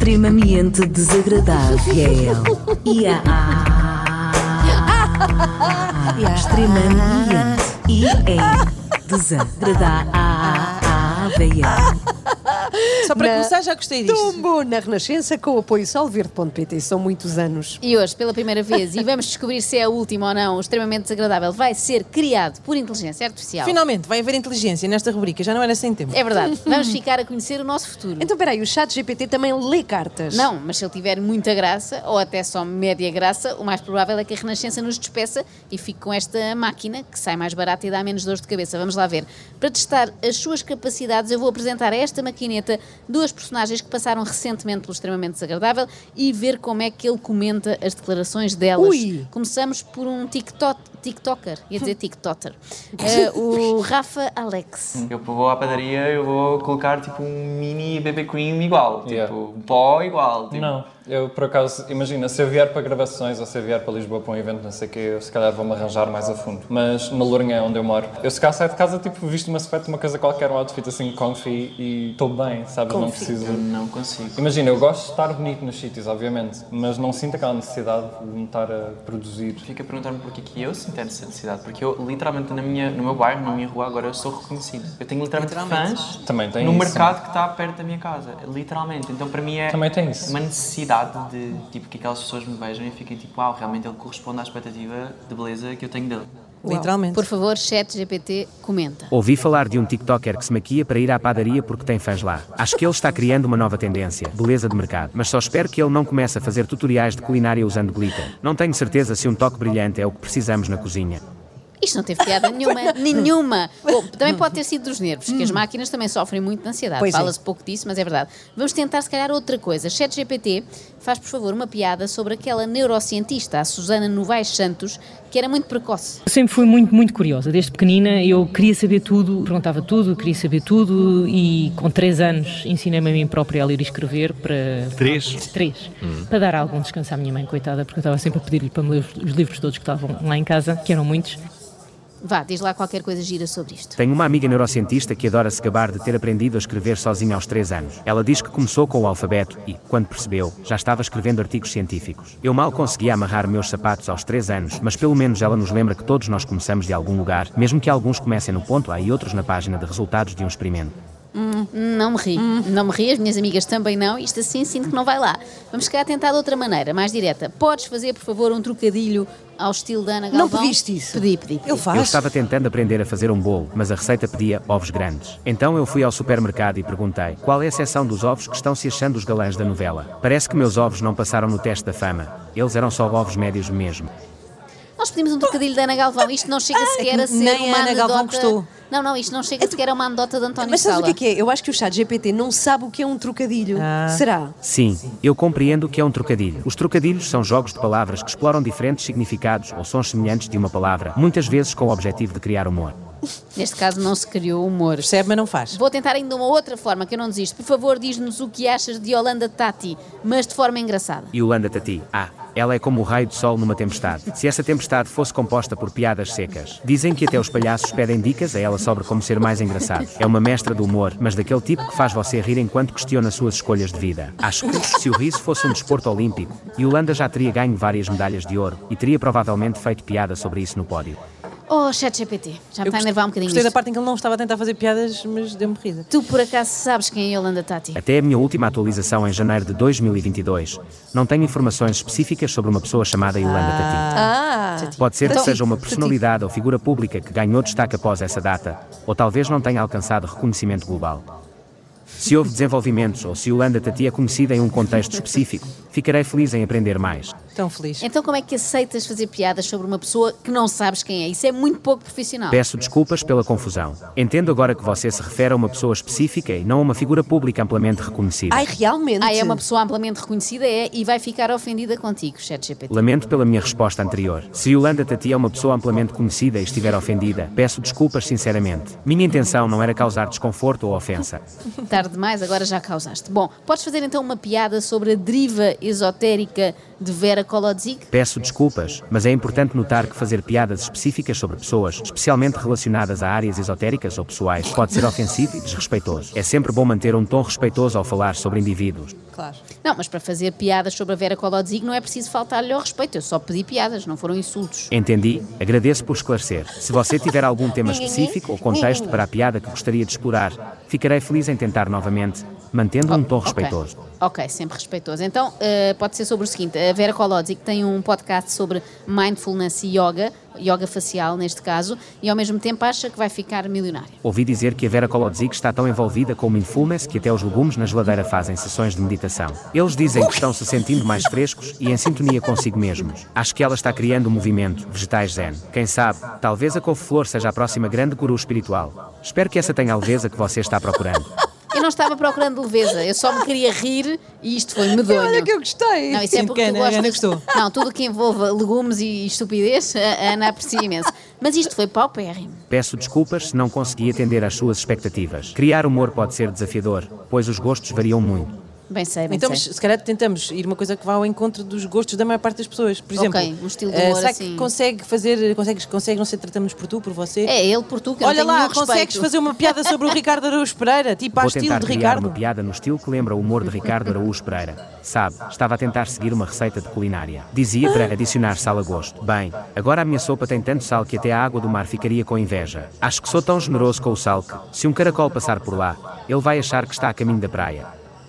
extremamente desagradável. Extremamente desagradável. Só para começar, já gostei disto. Tombo na Renascença com o apoio solverde.pt. São muitos anos. E hoje, pela primeira vez, e vamos descobrir se é a última ou não, o extremamente desagradável vai ser criado por inteligência artificial. Finalmente, vai haver inteligência nesta rubrica, já não era sem tempo. É verdade, vamos ficar a conhecer o nosso futuro. Então, peraí, o ChatGPT também lê cartas? Não, mas se ele tiver muita graça, ou até só média graça, o mais provável é que a Renascença nos despeça e fique com esta máquina, que sai mais barata e dá menos dores de cabeça. Vamos lá ver. Para testar as suas capacidades, eu vou apresentar a esta maquineta duas personagens que passaram recentemente pelo extremamente desagradável e ver como é que ele comenta as declarações delas. Ui. Começamos por um TikToker, ia dizer TikToker, o Rafa Alex. Eu vou à padaria, eu vou colocar tipo um mini BB cream igual, Yeah. tipo um pó igual. Tipo. Não, eu por acaso, imagina, se eu vier para gravações ou se eu vier para Lisboa para um evento, não sei o quê, eu se calhar vou-me arranjar mais a fundo. Mas na Lourinhã, onde eu moro, eu se calhar saio de casa, tipo, visto uma aspecto, uma coisa qualquer, um outfit assim, comfy e estou bem, sabes? Não preciso... Eu não consigo. Imagina, eu gosto de estar bonito nos sítios, obviamente, mas não sinto aquela necessidade de me estar a produzir. Fica a perguntar-me porque que eu sinto essa necessidade, porque eu literalmente no meu bairro, na minha rua, agora eu sou reconhecido. Eu tenho literalmente fãs Também tem no isso. mercado que está perto da minha casa, literalmente. Então para mim é Também tem isso. uma necessidade de tipo, que aquelas pessoas me vejam e fiquem tipo, uau, realmente ele corresponde à expectativa de beleza que eu tenho dele. Literalmente. Por favor, ChatGPT, comenta. Ouvi falar de um TikToker que se maquia para ir à padaria porque tem fãs lá. Acho que ele está criando uma nova tendência, beleza de mercado. Mas só espero que ele não comece a fazer tutoriais de culinária usando glitter. Não tenho certeza se um toque brilhante é o que precisamos na cozinha. Isto não teve piada nenhuma. Bom, também pode ter sido dos nervos, que as máquinas também sofrem muito de ansiedade. Pois é. Fala-se pouco disso, mas é verdade. Vamos tentar, se calhar, outra coisa. ChatGPT faz, por favor, uma piada sobre aquela neurocientista, a Susana Novaes Santos, que era muito precoce. Eu sempre fui muito curiosa. Desde pequenina eu queria saber tudo, perguntava tudo, queria saber tudo e com 3 anos ensinei-me a mim própria a ler e escrever para... 3? Para dar algum descanso à minha mãe, coitada, porque eu estava sempre a pedir-lhe para me ler os livros todos que estavam lá em casa, que eram muitos. Vá, diz lá qualquer coisa gira sobre isto. Tenho uma amiga neurocientista que adora se gabar de ter aprendido a escrever sozinha aos 3 anos. Ela diz que começou com o alfabeto e, quando percebeu, já estava escrevendo artigos científicos. Eu mal conseguia amarrar meus sapatos aos 3 anos, mas pelo menos ela nos lembra que todos nós começamos de algum lugar, mesmo que alguns comecem no ponto A e outros na página de resultados de um experimento. Não me ri. Não me ri, as minhas amigas também não. Isto assim sinto que não vai lá. Vamos ficar a tentar de outra maneira, mais direta. Podes fazer, por favor, um trocadilho ao estilo da Ana Galvão? Não pediste isso? Pedi. Ele faz. Eu estava tentando aprender a fazer um bolo, mas a receita pedia ovos grandes. Então eu fui ao supermercado e perguntei qual é a seção dos ovos que estão se achando os galãs da novela. Parece que meus ovos não passaram no teste da fama. Eles eram só ovos médios mesmo. Nós pedimos um trocadilho da Ana Galvão. Isto não chega sequer a ser nem uma a Ana Galvão anedota... gostou. Não, isto não chega sequer a uma anedota de António Mas sabes Sala. o que é? Eu acho que o ChatGPT não sabe o que é um trocadilho. Será? Sim, eu compreendo o que é um trocadilho. Os trocadilhos são jogos de palavras que exploram diferentes significados ou sons semelhantes de uma palavra, muitas vezes com o objetivo de criar humor. Neste caso não se criou humor. Percebe, mas não faz. Vou tentar ainda uma outra forma, que eu não desisto. Por favor, diz-nos o que achas de Yolanda Tati, mas de forma engraçada. Yolanda Tati. Ela é como o raio de sol numa tempestade. Se essa tempestade fosse composta por piadas secas. Dizem que até os palhaços pedem dicas a ela sobre como ser mais engraçado. É uma mestra do humor, mas daquele tipo que faz você rir enquanto questiona suas escolhas de vida. Acho que, se o riso fosse um desporto olímpico, Yolanda já teria ganho várias medalhas de ouro e teria provavelmente feito piada sobre isso no pódio. Oh, ChatGPT, já me está a enervar um bocadinho Gostei da isto. parte em que ele não estava a tentar fazer piadas, mas deu-me rida. Tu, por acaso, sabes quem é Yolanda Tati? Até a minha última atualização em janeiro de 2022, não tenho informações específicas sobre uma pessoa chamada Yolanda Tati. Pode ser que seja uma personalidade ou figura pública que ganhou destaque após essa data, ou talvez não tenha alcançado reconhecimento global. Se houve desenvolvimentos ou se Yolanda Tati é conhecida em um contexto específico, ficarei feliz em aprender mais. Tão feliz. Então como é que aceitas fazer piadas sobre uma pessoa que não sabes quem é? Isso é muito pouco profissional. Peço desculpas pela confusão. Entendo agora que você se refere a uma pessoa específica e não a uma figura pública amplamente reconhecida. Ai, realmente? É uma pessoa amplamente reconhecida, e vai ficar ofendida contigo, ChatGPT. Lamento pela minha resposta anterior. Se Yolanda Tati é uma pessoa amplamente conhecida e estiver ofendida, peço desculpas sinceramente. Minha intenção não era causar desconforto ou ofensa. Tarde demais, agora já causaste. Bom, podes fazer então uma piada sobre a deriva esotérica de Vera Kolodziej? Peço desculpas, mas é importante notar que fazer piadas específicas sobre pessoas, especialmente relacionadas a áreas esotéricas ou pessoais, pode ser ofensivo e desrespeitoso. É sempre bom manter um tom respeitoso ao falar sobre indivíduos. Claro. Não, mas para fazer piadas sobre a Vera Kolodziej não é preciso faltar-lhe ao respeito. Eu só pedi piadas, não foram insultos. Entendi. Agradeço por esclarecer. Se você tiver algum tema específico ou contexto para a piada que gostaria de explorar, ficarei feliz em tentar novamente, mantendo um tom respeitoso. Ok, sempre respeitoso. Então, pode ser sobre o seguinte. A Vera Kolodziej tem um podcast sobre mindfulness e yoga facial neste caso, e ao mesmo tempo acha que vai ficar milionária. Ouvi dizer que a Vera Kolodziej está tão envolvida com o mindfulness que até os legumes na geladeira fazem sessões de meditação. Eles dizem que estão se sentindo mais frescos e em sintonia consigo mesmos. Acho que ela está criando um movimento, vegetais zen. Quem sabe, talvez a couve-flor seja a próxima grande guru espiritual. Espero que essa tenha a leveza que você está procurando. Eu não estava procurando leveza, eu só me queria rir e isto foi medonho. Olha que eu gostei. Não, isso é porque tu A Ana gostas... gostou. Não, tudo que envolva legumes e estupidez, a Ana aprecia imenso. Mas isto foi paupérrimo. Peço desculpas se não consegui atender às suas expectativas. Criar humor pode ser desafiador, pois os gostos variam muito. Bem sei. Então, mas, se calhar tentamos ir uma coisa que vá ao encontro dos gostos da maior parte das pessoas. Por exemplo, Ok, um estilo de humor será assim. que consegue, não sei, tratamos por tu, por você? É ele por tu, que eu Olha não tenho lá, nenhum consegues respeito. fazer uma piada sobre o Ricardo Araújo Pereira, tipo ao Vou estilo tentar de criar Ricardo? uma piada no estilo que lembra o humor de Ricardo Araújo Pereira. Sabe, estava a tentar seguir uma receita de culinária. Dizia para adicionar sal a gosto. Bem, agora a minha sopa tem tanto sal que até a água do mar ficaria com inveja. Acho que sou tão generoso com o sal que, se um caracol passar por lá, ele vai achar que está a caminho da praia.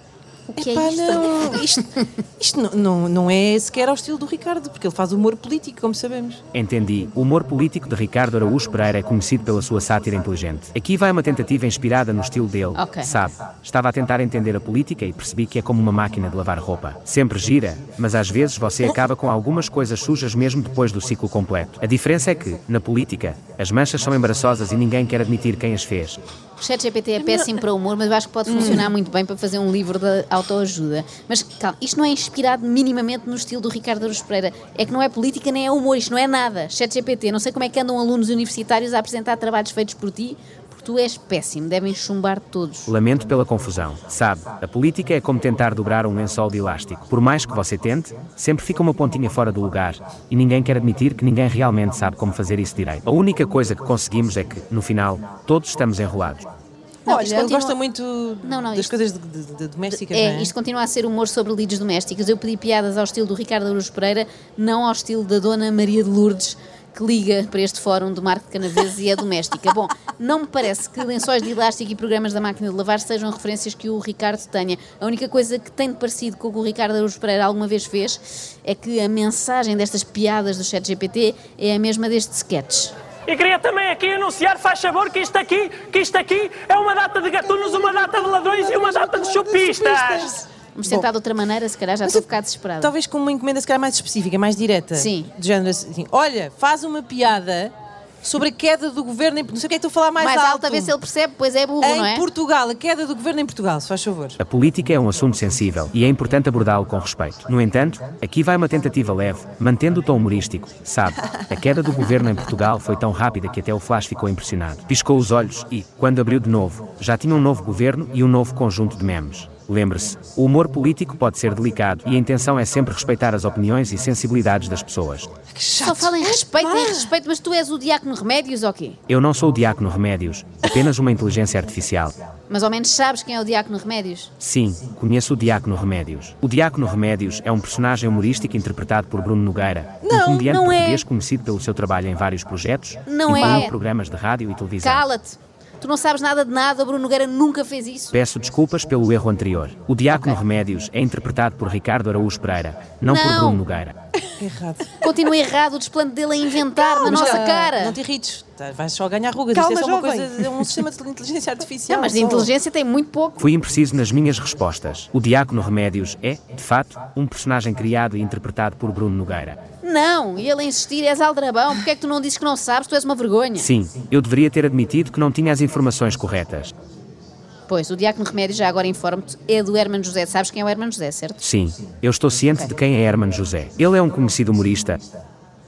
O que Epá, é isto? não, isto não é sequer ao estilo do Ricardo, porque ele faz humor político, como sabemos. Entendi. O humor político de Ricardo Araújo Pereira é conhecido pela sua sátira inteligente. Aqui vai uma tentativa inspirada no estilo dele. Ok. Sabe, estava a tentar entender a política e percebi que é como uma máquina de lavar roupa. Sempre gira, mas às vezes você acaba com algumas coisas sujas mesmo depois do ciclo completo. A diferença é que, na política, as manchas são embaraçosas e ninguém quer admitir quem as fez. O ChatGPT é péssimo para o humor, mas eu acho que pode funcionar muito bem para fazer um livro de autoajuda. Mas calma, isto não é inspirado minimamente no estilo do Ricardo Araújo Pereira. É que não é política nem é humor, isto não é nada. ChatGPT, não sei como é que andam alunos universitários a apresentar trabalhos feitos por ti, porque tu és péssimo, devem chumbar todos. Lamento pela confusão. Sabe, a política é como tentar dobrar um lençol de elástico. Por mais que você tente, sempre fica uma pontinha fora do lugar e ninguém quer admitir que ninguém realmente sabe como fazer isso direito. A única coisa que conseguimos é que, no final, todos estamos enrolados. Não, Olha, isto ele continua- gosta muito das isto- coisas de domésticas, não é? Isto continua a ser humor sobre lides domésticas. Eu pedi piadas ao estilo do Ricardo Araújo Pereira, não ao estilo da Dona Maria de Lourdes, que liga para este fórum do Marco de Canaveses e é doméstica. Bom, não me parece que lençóis de elástico e programas da máquina de lavar sejam referências que o Ricardo tenha. A única coisa que tem de parecido com o que o Ricardo Araújo Pereira alguma vez fez é que a mensagem destas piadas do ChatGPT é a mesma deste sketch. E queria também aqui anunciar, faz favor, que isto aqui é uma data de gatunos, uma data de ladrões e uma data de chupistas. Vamos tentar de outra maneira, se calhar já estou a ficar desesperada. Talvez com uma encomenda se calhar mais específica, mais direta. Sim. De género assim, olha, faz uma piada sobre a queda do governo em... Não sei o que é que estou a falar mais alto, a ver se ele percebe, pois é burro, não é? Em Portugal, a queda do governo em Portugal, se faz favor. A política é um assunto sensível e é importante abordá-lo com respeito. No entanto, aqui vai uma tentativa leve, mantendo o tom humorístico. Sabe, a queda do governo em Portugal foi tão rápida que até o Flash ficou impressionado. Piscou os olhos e, quando abriu de novo, já tinha um novo governo e um novo conjunto de memes. Lembre-se, o humor político pode ser delicado e a intenção é sempre respeitar as opiniões e sensibilidades das pessoas. Só fala em respeito, mas tu és o Diácono Remédios ou quê? Eu não sou o Diácono Remédios, apenas uma inteligência artificial. Mas ao menos sabes quem é o Diácono Remédios? Sim, conheço o Diácono Remédios. O Diácono Remédios é um personagem humorístico interpretado por Bruno Nogueira, um comediante não é. português conhecido pelo seu trabalho em vários projetos, Não incluindo é. programas de rádio e televisão. Cala-te! Tu não sabes nada de nada, o Bruno Nogueira nunca fez isso. Peço desculpas pelo erro anterior. O Diácono Remédios é interpretado por Ricardo Araújo Pereira, não por Bruno Nogueira. Errado. Continua errado o desplante dele a inventar na nossa cara. Não te irrites, vais só ganhar rugas. Calma, Isto é só uma jovem. coisa, é um sistema de inteligência artificial. Não, mas de só. inteligência tem muito pouco. Fui impreciso nas minhas respostas. O Diácono Remédios é, de fato, um personagem criado e interpretado por Bruno Nogueira. Não, e ele a insistir, és aldrabão, porque é que tu não dizes que não sabes, tu és uma vergonha. Sim, eu deveria ter admitido que não tinha as informações corretas. Pois, o Diácono Remédios, já agora informo-te, é do Hermano José. Sabes quem é o Hermano José, certo? Sim, eu estou ciente de quem é Hermano José. Ele é um conhecido humorista.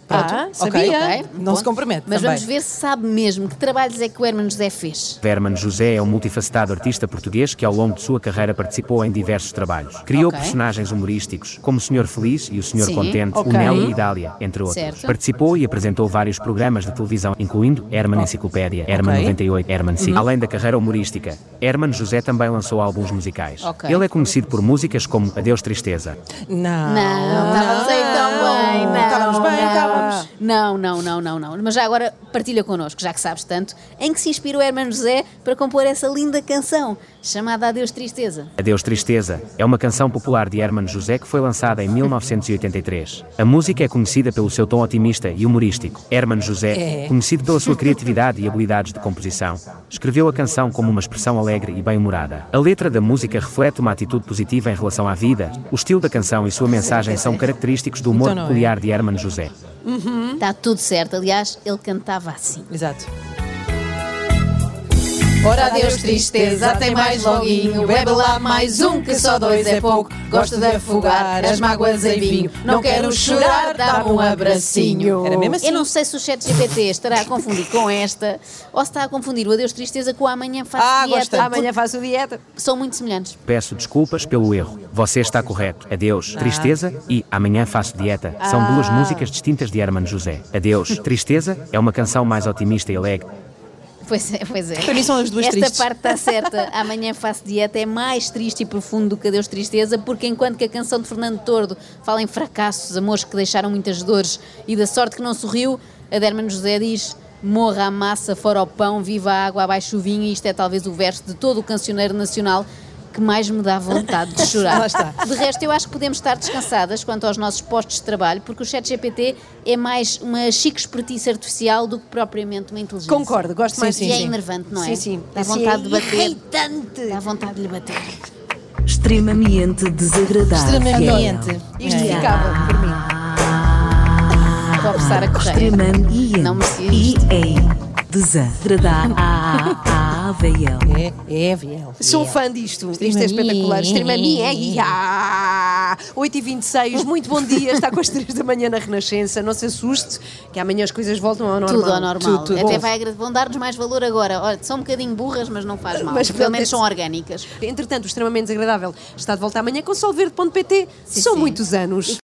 Pronto, sabia. Ok, Não bom. se compromete Mas também. vamos ver se sabe mesmo que trabalhos é que o Hermano José fez. Hermano José é um multifacetado artista português que ao longo de sua carreira participou em diversos trabalhos. Criou Ok. personagens humorísticos, como o Sr. Feliz e o Sr. Sim. Contente, Ok. o Mel e Dália, entre outros. Certo. Participou e apresentou vários programas de televisão, incluindo Herman Enciclopédia, Herman 98, Herman 5. Além da carreira humorística, Hermano José também lançou álbuns musicais. Ok. Ele é conhecido por músicas como Adeus Tristeza, Não. Não, estávamos aí tão bem, não. Estávamos bem, estávamos. Não. Mas já agora partilha connosco, já que sabes tanto, em que se inspirou o Hermano José para compor essa linda canção chamada Adeus Tristeza. Adeus Tristeza é uma canção popular de Hermano José que foi lançada em 1983. A música é conhecida pelo seu tom otimista e humorístico. Hermano José, conhecido pela sua criatividade e habilidades de composição, escreveu a canção como uma expressão alegre e bem-humorada. A letra da música reflete uma atitude positiva em relação à vida. O estilo da canção e sua mensagem são característicos do humor Então não é? peculiar de Hermano José. Está tudo certo, aliás, ele cantava assim. Exato. Ora adeus tristeza, tem mais loguinho. Bebe lá mais um, que só dois é pouco. Gosto de afogar as mágoas em vinho. Não quero chorar, dá-me um abracinho. Era mesmo assim. Eu não sei se o ChatGPT estará a confundir com esta ou se está a confundir o Adeus Tristeza com o Amanhã Faço Dieta. gostei. Amanhã faço dieta. porque são muito semelhantes. Peço desculpas pelo erro. Você está correto. Adeus, Tristeza e Amanhã Faço Dieta são duas músicas distintas de Hermano José. Adeus, Tristeza é uma canção mais otimista e alegre. Pois é. Para mim são as duas Esta tristes. parte está certa. Amanhã Faço Dieta é mais triste e profundo do que Adeus Tristeza, porque enquanto que a canção de Fernando Tordo fala em fracassos, amores que deixaram muitas dores e da sorte que não sorriu, a de Hermano José diz: morra a massa, fora o pão, viva a água, abaixo o vinho. E isto é talvez o verso de todo o cancioneiro nacional que mais me dá vontade de chorar. Lá está. De resto, eu acho que podemos estar descansadas quanto aos nossos postos de trabalho, porque o ChatGPT é mais uma chique espertice artificial do que propriamente uma inteligência. Concordo, gosto mais E é enervante, não é? Sim. Dá Assim, vontade de bater. irritante. Dá vontade de lhe bater. Extremamente desagradável. Extremamente. Isto ficava por mim. Vou apressar a correr. Extremamente. Não merecia isto. Desagradável. É, Viel. Sou fã disto. Isto é espetacular. Extremamente. 8h26, muito bom dia. Está com as 3 da manhã na Renascença. Não se assuste, que amanhã as coisas voltam ao normal. Tudo ao normal. Tudo. Até Bom, vão dar-nos mais valor agora. Olha, são um bocadinho burras, mas não faz mal. Mas Pelo pronto, menos são orgânicas. Entretanto, o extremamente desagradável está de volta amanhã com solverde.pt. São sim. muitos anos.